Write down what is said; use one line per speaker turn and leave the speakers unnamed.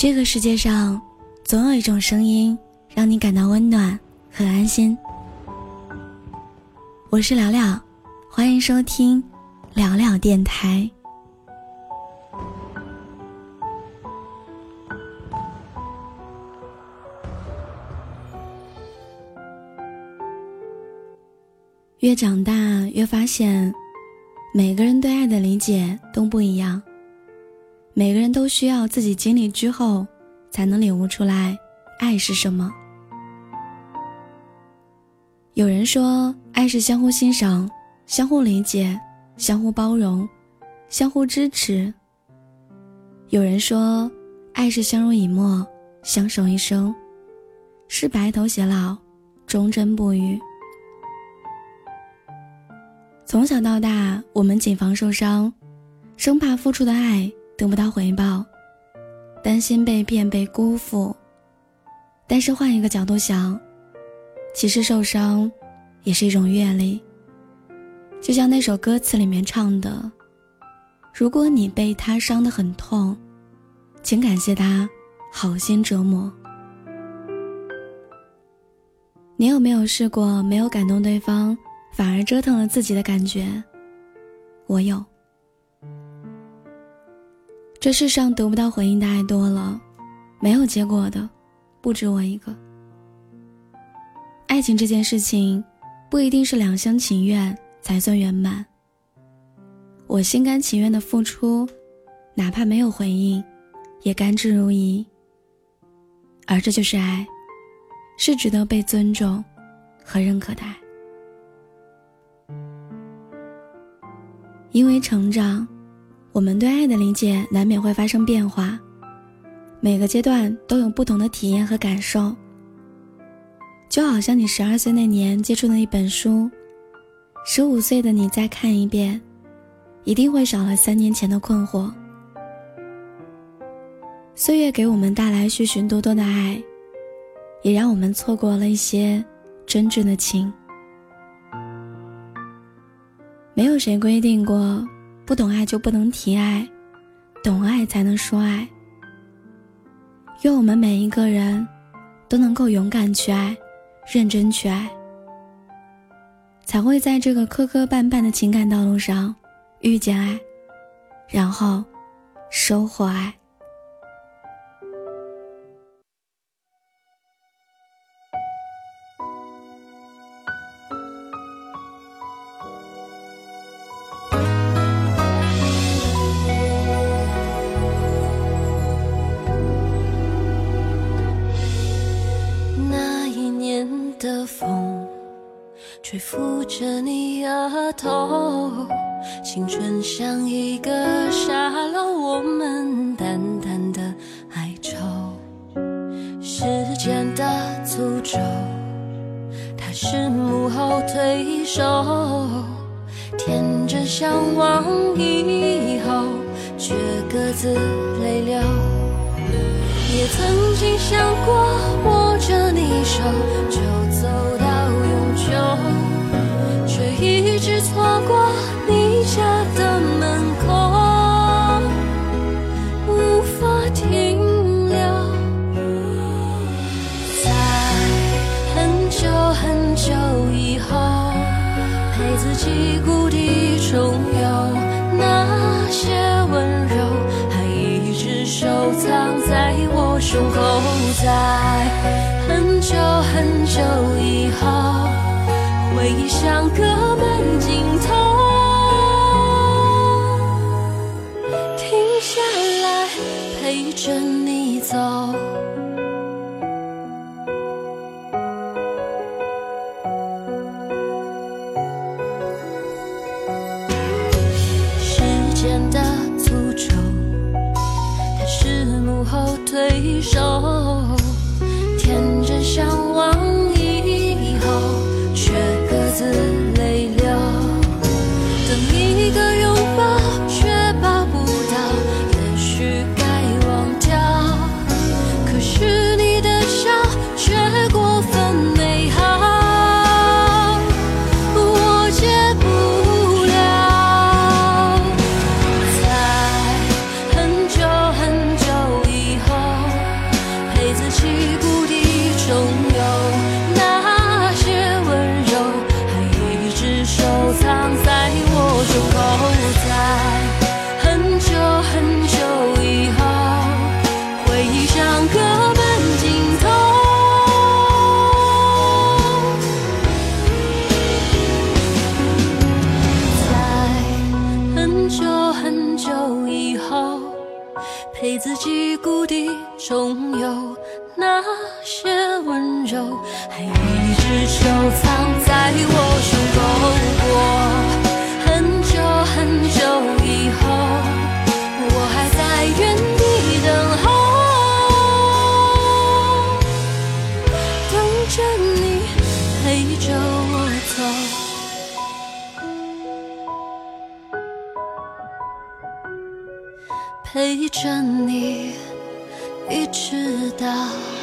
这个世界上总有一种声音让你感到温暖和安心。我是聊聊，欢迎收听聊聊电台。越长大越发现，每个人对爱的理解都不一样，每个人都需要自己经历之后才能领悟出来爱是什么。有人说爱是相互欣赏，相互理解，相互包容，相互支持。有人说爱是相濡以沫，相守一生，是白头偕老，忠贞不渝。从小到大，我们谨防受伤，生怕付出的爱得不到回报，担心被骗被辜负。但是换一个角度想，其实受伤也是一种阅历。就像那首歌词里面唱的，如果你被他伤得很痛，请感谢他好心折磨。你有没有试过没有感动对方，反而折腾了自己的感觉？我有。这世上得不到回应的爱多了，没有结果的不止我一个。爱情这件事情不一定是两厢情愿才算圆满，我心甘情愿的付出，哪怕没有回应也甘之如饴。而这就是爱，是值得被尊重和认可的爱。因为成长，我们对爱的理解难免会发生变化，每个阶段都有不同的体验和感受。就好像你12岁那年接触的一本书，15岁的你再看一遍，一定会少了3年前的困惑。岁月给我们带来许许多多的爱，也让我们错过了一些真挚的情。没有谁规定过不懂爱就不能提爱，懂爱才能说爱。愿我们每一个人都能够勇敢去爱，认真去爱，才会在这个磕磕绊绊的情感道路上遇见爱，然后收获爱。
的风吹拂着你额头，青春像一个沙漏，我们淡淡的哀愁。时间的诅咒，它是幕后推手，天真向往以后，却各自泪流。也曾经想过握着你手就走到永久，却一直错过你家的门口，无法停留。在很久很久以后，陪自己故地重游，那些温柔还一直收藏在我胸口。在很久很久以后，回忆像个慢镜头，停下来陪着你走。时间的诅咒，它是幕后推手，天真向往以中有那些温柔，还一直收藏在我胸口过。很久很久以后，我还在原地等候，等着你陪着我走，陪着你一直到